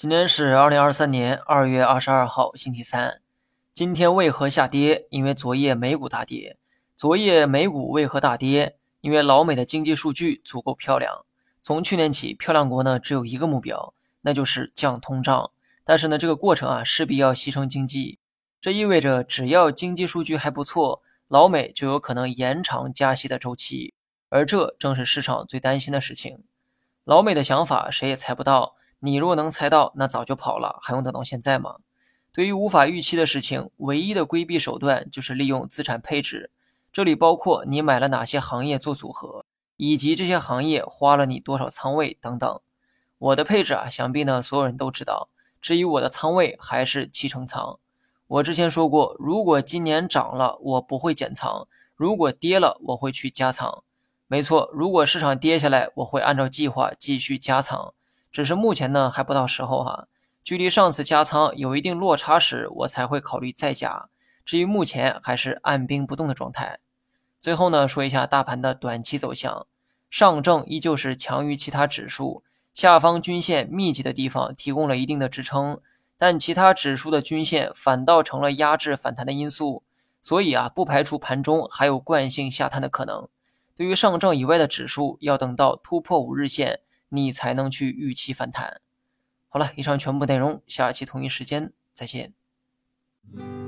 今天是2023年2月22号，星期三。今天为何下跌？因为昨夜美股大跌。昨夜美股为何大跌？因为老美的经济数据足够漂亮。从去年起，漂亮国呢只有一个目标，那就是降通胀。但是呢，这个过程势必要牺牲经济。这意味着只要经济数据还不错，老美就有可能延长加息的周期。而这正是市场最担心的事情。老美的想法谁也猜不到。你若能猜到，那早就跑了，还用等到现在吗？对于无法预期的事情，唯一的规避手段就是利用资产配置，这里包括你买了哪些行业做组合，以及这些行业花了你多少仓位等等。我的配置想必呢所有人都知道。至于我的仓位还是70%仓。我之前说过，如果今年涨了，我不会减仓；如果跌了，我会去加仓。没错，如果市场跌下来，我会按照计划继续加仓。只是目前呢还不到时候距离上次加仓有一定落差时，我才会考虑再加。至于目前还是按兵不动的状态。最后呢，说一下大盘的短期走向。上证依旧是强于其他指数，下方均线密集的地方提供了一定的支撑，但其他指数的均线反倒成了压制反弹的因素，所以不排除盘中还有惯性下探的可能。对于上证以外的指数，要等到突破5日线，你才能去预期反弹。好了，以上全部内容，下期同一时间再见。